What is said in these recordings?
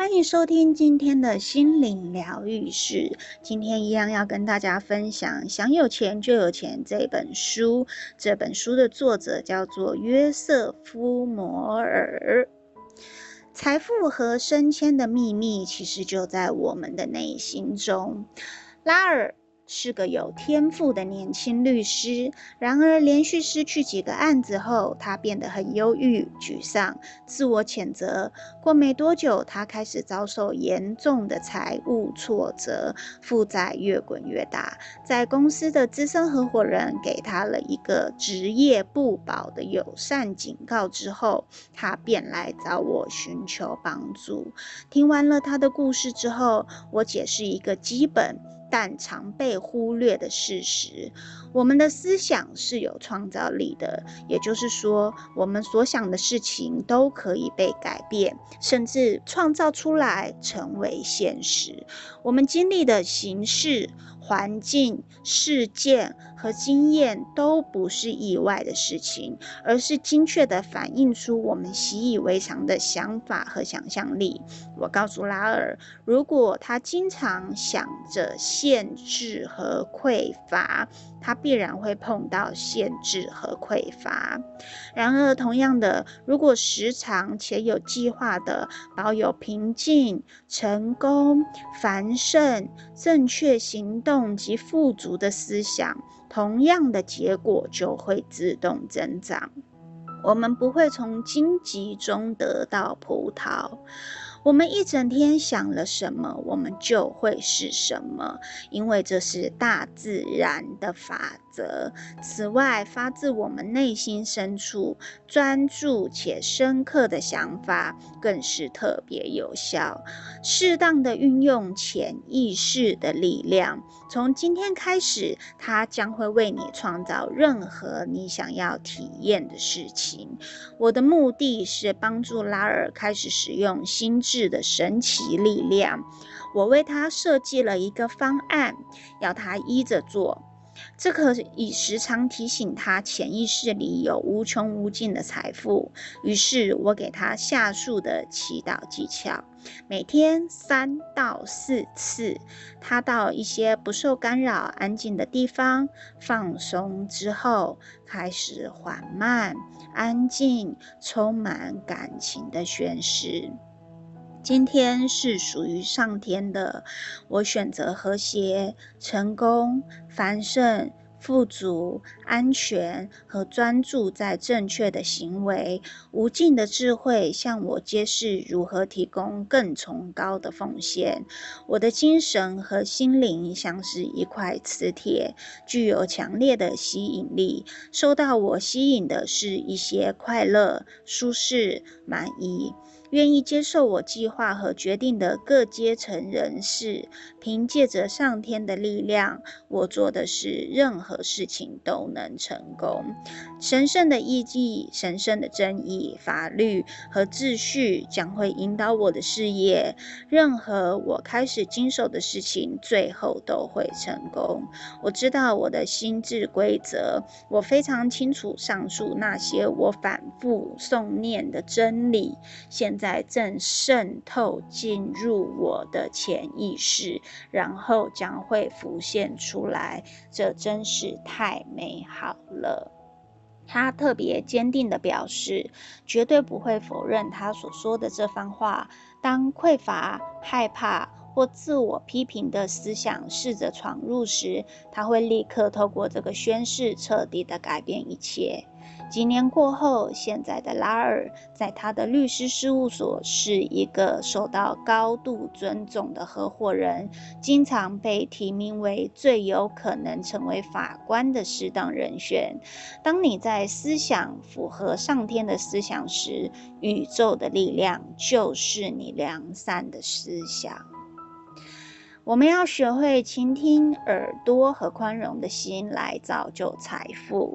欢迎收听今天的心灵疗愈室。今天一样要跟大家分享《想有钱就有钱》这本书。这本书的作者叫做约瑟夫·摩尔。财富和升迁的秘密其实就在我们的内心中。拉尔是个有天赋的年轻律师，然而连续失去几个案子后，他变得很忧郁、沮丧，自我谴责。过没多久，他开始遭受严重的财务挫折，负债越滚越大。在公司的资深合伙人给他了一个职业不保的友善警告之后，他便来找我寻求帮助。听完了他的故事之后，我解释一个基本但常被忽略的事实：我们的思想是有创造力的，也就是说，我们所想的事情都可以被改变，甚至创造出来成为现实。我们经历的形式、环境、事件和经验都不是意外的事情，而是精确地反映出我们习以为常的想法和想象力。我告诉拉尔，如果他经常想着限制和匮乏，他必然会碰到限制和匮乏。然而，同样的，如果时常且有计划地保有平静、成功、繁盛、正确行动及富足的思想，同样的结果就会自动增长。我们不会从荆棘中得到葡萄。我们一整天想了什么，我们就会是什么，因为这是大自然的法则。此外，发自我们内心深处专注且深刻的想法更是特别有效。适当的运用潜意识的力量，从今天开始，它将会为你创造任何你想要体验的事情。我的目的是帮助拉尔开始使用心智的神奇力量。我为他设计了一个方案，要他依着做。这可以时常提醒他潜意识里有无穷无尽的财富。于是我给他下述的祈祷技巧：每天3到4次，他到一些不受干扰、安静的地方放松之后，开始缓慢、安静、充满感情的宣誓。今天是属于上天的，我选择和谐、成功、繁盛、富足、安全和专注在正确的行为。无尽的智慧向我揭示如何提供更崇高的奉献。我的精神和心灵像是一块磁铁，具有强烈的吸引力。受到我吸引的是一些快乐、舒适、满意。愿意接受我计划和决定的各阶层人士，凭借着上天的力量，我做的事，任何事情都能成功。神圣的意义、神圣的正义、法律和秩序将会引导我的事业。任何我开始经手的事情，最后都会成功。我知道我的心智规则，我非常清楚上述那些我反复诵念的真理。现在正渗透进入我的潜意识，然后将会浮现出来，这真是太美好了。他特别坚定地表示，绝对不会否认他所说的这番话。当匮乏、害怕或自我批评的思想试着闯入时，他会立刻透过这个宣誓彻底地改变一切。几年过后，现在的拉尔在他的律师事务所是一个受到高度尊重的合伙人，经常被提名为最有可能成为法官的适当人选。当你在思想符合上天的思想时，宇宙的力量就是你良善的思想。我们要学会倾听耳朵和宽容的心来造就财富。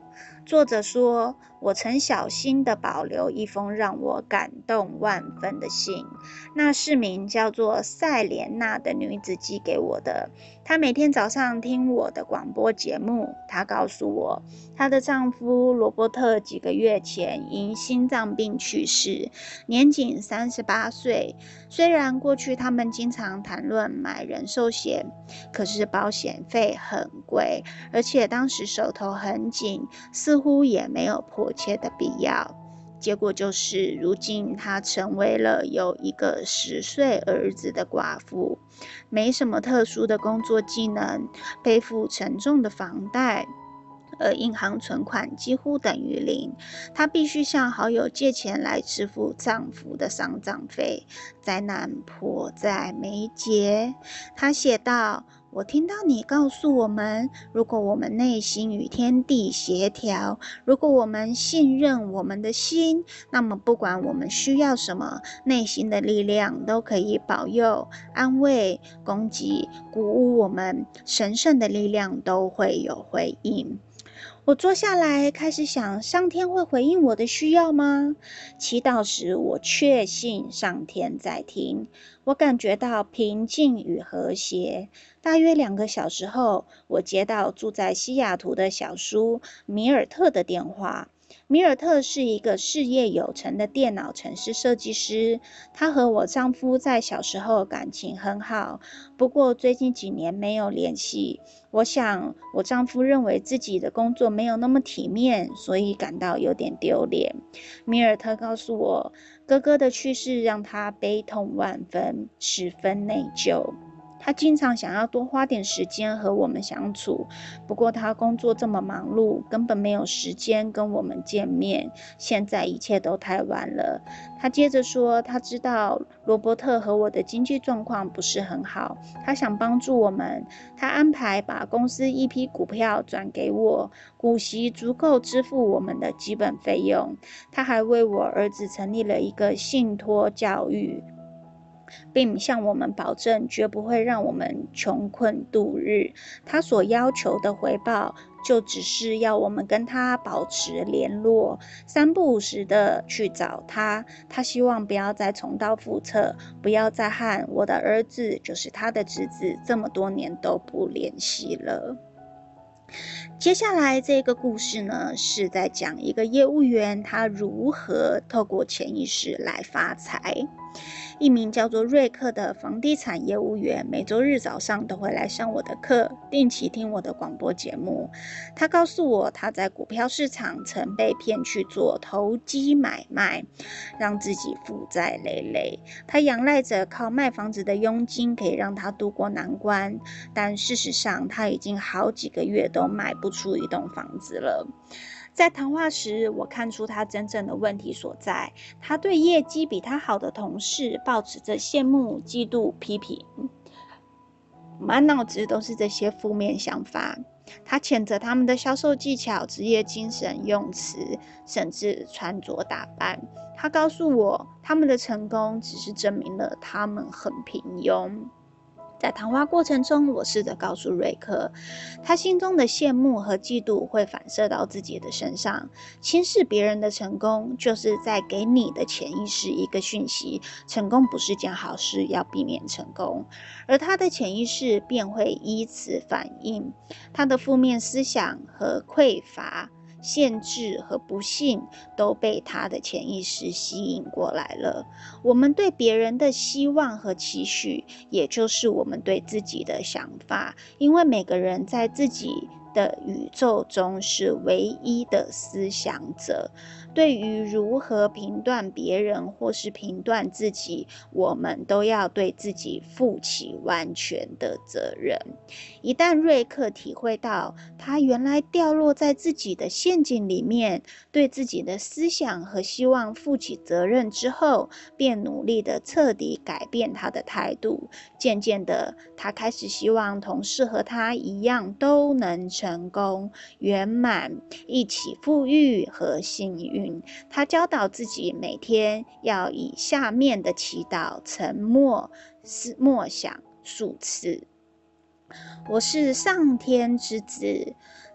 作者说，我曾小心地保留一封让我感动万分的信，那是名叫做赛莲娜的女子寄给我的。她每天早上听我的广播节目，她告诉我，她的丈夫罗伯特几个月前因心脏病去世，年仅38岁。虽然过去他们经常谈论买人寿险，可是保险费很贵，而且当时手头很紧，似乎也没有迫切的必要。结果就是，如今她成为了有一个10岁儿子的寡妇，没什么特殊的工作技能，背负沉重的房贷，而银行存款几乎等于零，她必须向好友借钱来支付丈夫的丧葬费，灾难迫在眉睫。她写道：我听到你告诉我们，如果我们内心与天地协调，如果我们信任我们的心，那么不管我们需要什么，内心的力量都可以保佑、安慰、供给、鼓舞我们，神圣的力量都会有回应。我坐下来开始想，上天会回应我的需要吗？祈祷时，我确信上天在听。我感觉到平静与和谐。大约2个小时后，我接到住在西雅图的小叔米尔特的电话。米尔特是一个事业有成的电脑程式设计师，他和我丈夫在小时候感情很好，不过最近几年没有联系。我想，我丈夫认为自己的工作没有那么体面，所以感到有点丢脸。米尔特告诉我，哥哥的去世让他悲痛万分，十分内疚。他经常想要多花点时间和我们相处，不过他工作这么忙碌，根本没有时间跟我们见面。现在一切都太晚了。他接着说，他知道罗伯特和我的经济状况不是很好，他想帮助我们。他安排把公司一批股票转给我，股息足够支付我们的基本费用。他还为我儿子成立了一个信托教育，并向我们保证绝不会让我们穷困度日。他所要求的回报就只是要我们跟他保持联络，3不5时的去找他。他希望不要再重蹈覆辙，不要再和我的儿子，就是他的侄子，这么多年都不联系了。接下来这个故事呢，是在讲一个业务员他如何透过潜意识来发财。一名叫做瑞克的房地产业务员，每周日早上都会来上我的课，定期听我的广播节目。他告诉我，他在股票市场曾被骗去做投机买卖，让自己负债累累。他仰赖着靠卖房子的佣金可以让他渡过难关，但事实上他已经好几个月都卖不出一栋房子了。在谈话时，我看出他真正的问题所在。他对业绩比他好的同事抱持着羡慕、嫉妒、批评，满脑子都是这些负面想法。他谴责他们的销售技巧、职业精神、用词，甚至穿着打扮。他告诉我，他们的成功只是证明了他们很平庸。在谈话过程中，我试着告诉瑞克，他心中的羡慕和嫉妒会反射到自己的身上。轻视别人的成功，就是在给你的潜意识一个讯息：成功不是件好事，要避免成功。而他的潜意识便会依此反应，他的负面思想和匮乏、限制和不幸都被他的潜意识吸引过来了。我们对别人的希望和期许，也就是我们对自己的想法，因为每个人在自己的宇宙中是唯一的思想者。对于如何评断别人或是评断自己，我们都要对自己负起完全的责任。一旦瑞克体会到他原来掉落在自己的陷阱里面，对自己的思想和希望负起责任之后，便努力的彻底改变他的态度。渐渐的，他开始希望同事和他一样都能成功、圆满，一起富裕和幸运。他教导自己每天要以下面的祈祷沉默默想数次：我是上天之子，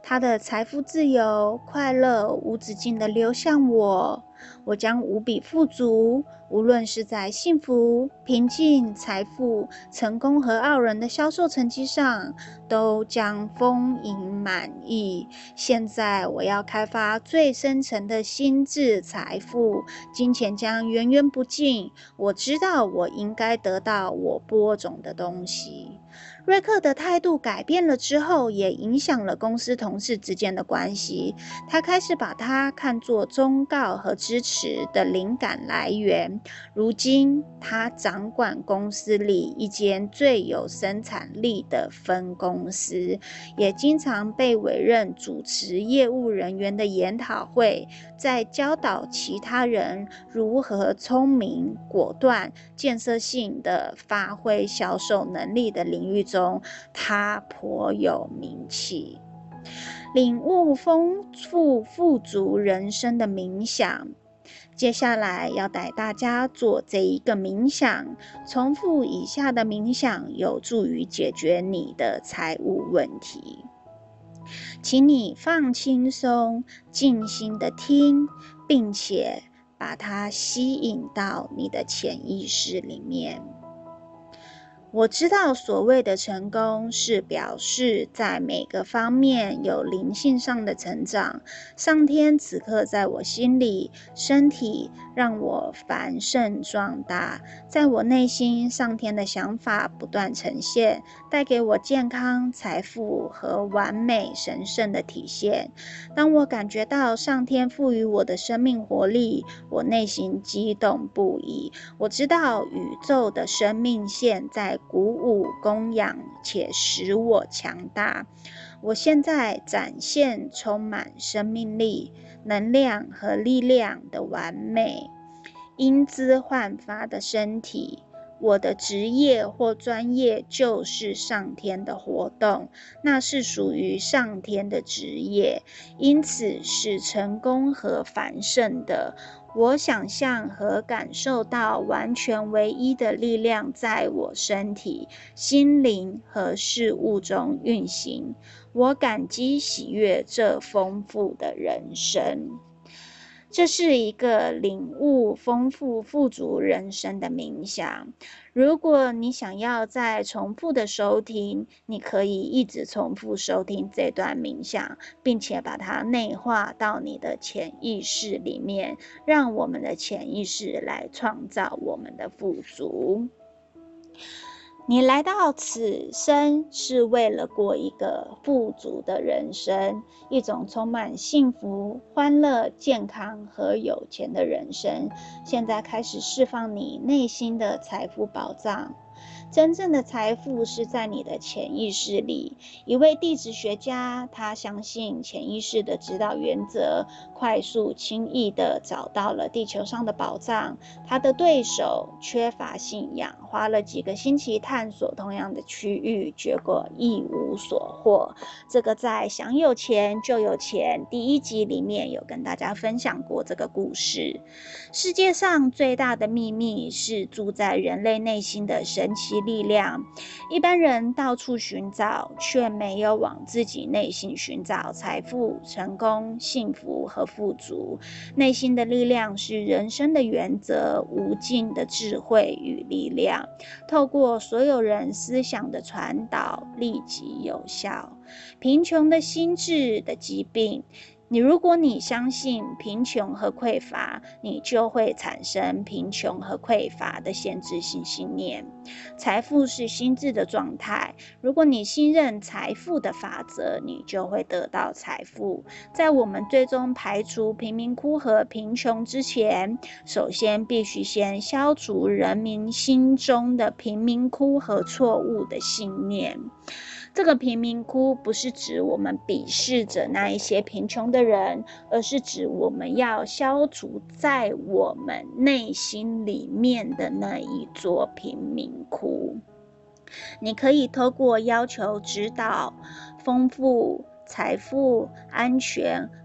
他的财富自由、快乐无止境地流向我，我将无比富足，无论是在幸福、平静、财富、成功和傲人的销售成绩上，都将丰盈满溢。现在我要开发最深层的心智财富，金钱将源源不尽。我知道我应该得到我播种的东西。瑞克的态度改变了之后，也影响了公司同事之间的关系。他开始把它看作忠告和支持的灵感来源。如今，他掌管公司里一间最有生产力的分公司，也经常被委任主持业务人员的研讨会，在教导其他人如何聪明、果断、建设性地发挥销售能力的领域中，他颇有名气。领悟丰富富足人生的冥想，接下来要带大家做这一个冥想，重复以下的冥想有助于解决你的财务问题。请你放轻松，静心的听，并且把它吸引到你的潜意识里面。我知道所谓的成功是表示在每个方面有灵性上的成长。上天此刻在我心里、身体让我繁盛壮大，在我内心上天的想法不断呈现，带给我健康、财富和完美神圣的体现。当我感觉到上天赋予我的生命活力，我内心激动不已。我知道宇宙的生命线在鼓舞、供养且使我强大。我现在展现充满生命力、能量和力量的完美、英姿焕发的身体。我的职业或专业就是上天的活动，那是属于上天的职业，因此是成功和繁盛的。我想象和感受到完全唯一的力量在我身体、心灵和事物中运行。我感激喜悦这丰富的人生。这是一个领悟丰富富足人生的冥想。如果你想要再重复的收听，你可以一直重复收听这段冥想，并且把它内化到你的潜意识里面，让我们的潜意识来创造我们的富足。你来到此生是为了过一个富足的人生，一种充满幸福、欢乐、健康和有钱的人生。现在开始释放你内心的财富宝藏。真正的财富是在你的潜意识里。一位地质学家，他相信潜意识的指导原则，快速轻易地找到了地球上的宝藏。他的对手缺乏信仰，花了几个星期探索同样的区域，结果一无所获。这个在想有钱就有钱第1集里面有跟大家分享过这个故事。世界上最大的秘密是住在人类内心的神奇力量。一般人到处寻找，却没有往自己内心寻找财富、成功、幸福和富足。内心的力量是人生的原则，无尽的智慧与力量，透过所有人思想的传导，立即有效。贫穷的心智的疾病，如果你相信贫穷和匮乏，你就会产生贫穷和匮乏的限制性信念。财富是心智的状态，如果你信任财富的法则，你就会得到财富。在我们最终排除贫民窟和贫穷之前，首先必须先消除人民心中的贫民窟和错误的信念。这个贫民窟不是指我们鄙视着那一些贫穷的人，而是指我们要消除在我们内心里面的那一座贫民窟。你可以透过要求指导、丰富、财富、安全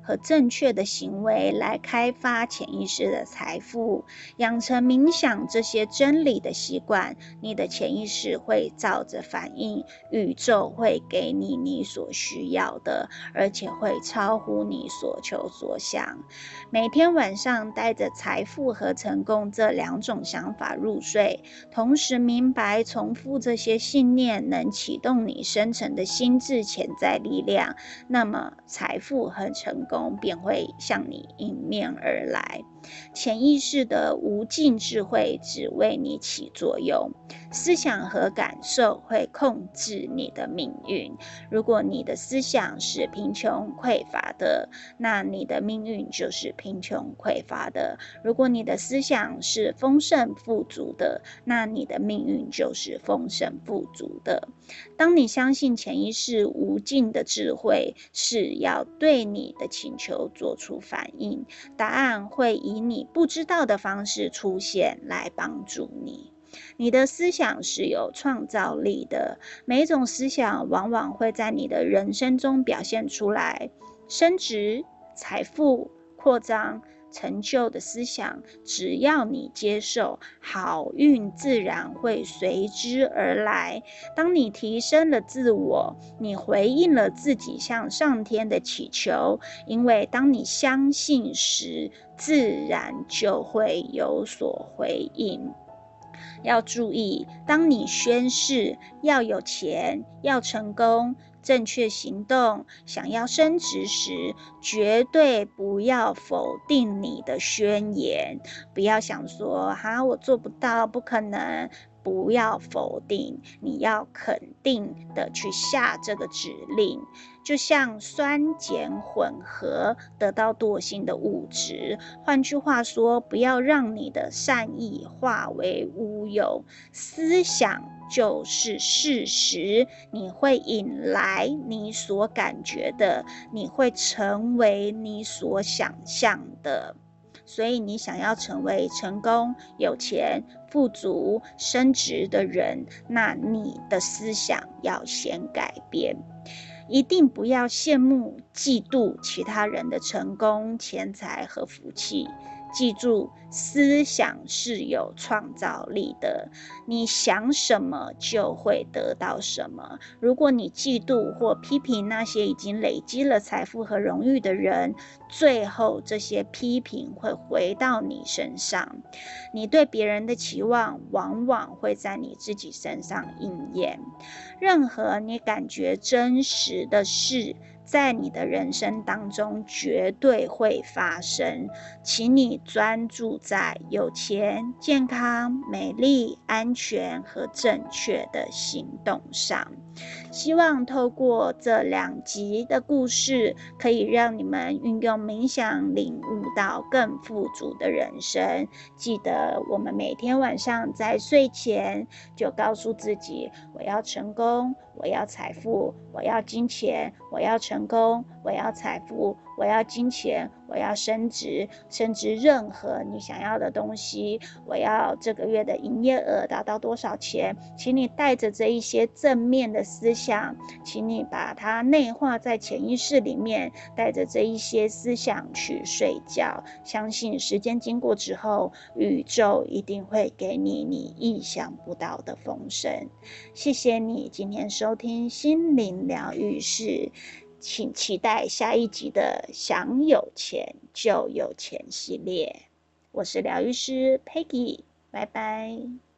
和正确的行为来开发潜意识的财富。养成冥想这些真理的习惯，你的潜意识会照着反应，宇宙会给你你所需要的，而且会超乎你所求所想。每天晚上带着财富和成功这2种想法入睡，同时明白重复这些信念能启动你深层的心智潜在力量，那么财富和成功便会向你迎面而来。潜意识的无尽智慧只为你起作用，思想和感受会控制你的命运。如果你的思想是贫穷匮乏的，那你的命运就是贫穷匮乏的；如果你的思想是丰盛富足的，那你的命运就是丰盛富足的。当你相信潜意识无尽的智慧是要对你的请求做出反应，答案会以你不知道的方式出现，来帮助你。你的思想是有创造力的，每一种思想往往会在你的人生中表现出来。升职、财富、扩张、成就的思想，只要你接受，好运自然会随之而来。当你提升了自我，你回应了自己向上天的祈求，因为当你相信时，自然就会有所回应。要注意，当你宣誓要有钱、要成功、正确行动、想要升职时，绝对不要否定你的宣言，不要想说我做不到，不可能。不要否定，你要肯定的去下这个指令，就像酸碱混合得到惰性的物质。换句话说，不要让你的善意化为乌有。思想就是事实，你会引来你所感觉的，你会成为你所想象的。所以你想要成为成功、有钱、富足、升职的人，那你的思想要先改变。一定不要羡慕、嫉妒其他人的成功、钱财和福气。记住，思想是有创造力的，你想什么就会得到什么。如果你嫉妒或批评那些已经累积了财富和荣誉的人，最后这些批评会回到你身上。你对别人的期望往往会在你自己身上应验。任何你感觉真实的事，在你的人生当中绝对会发生，请你专注在有钱、健康、美丽、安全和正确的行动上。希望透过这2集的故事，可以让你们运用冥想领悟到更富足的人生。记得我们每天晚上在睡前就告诉自己，我要成功，我要财富，我要金钱，我要成功，我要财富，我要金钱，我要升职，甚至任何你想要的东西，我要这个月的营业额达到多少钱，请你带着这一些正面的思想，请你把它内化在潜意识里面，带着这一些思想去睡觉，相信时间经过之后，宇宙一定会给你你意想不到的丰盛。谢谢你今天收听心灵疗愈室，请期待下一集的想有钱就有钱系列。我是疗愈师 Peggy， 拜拜。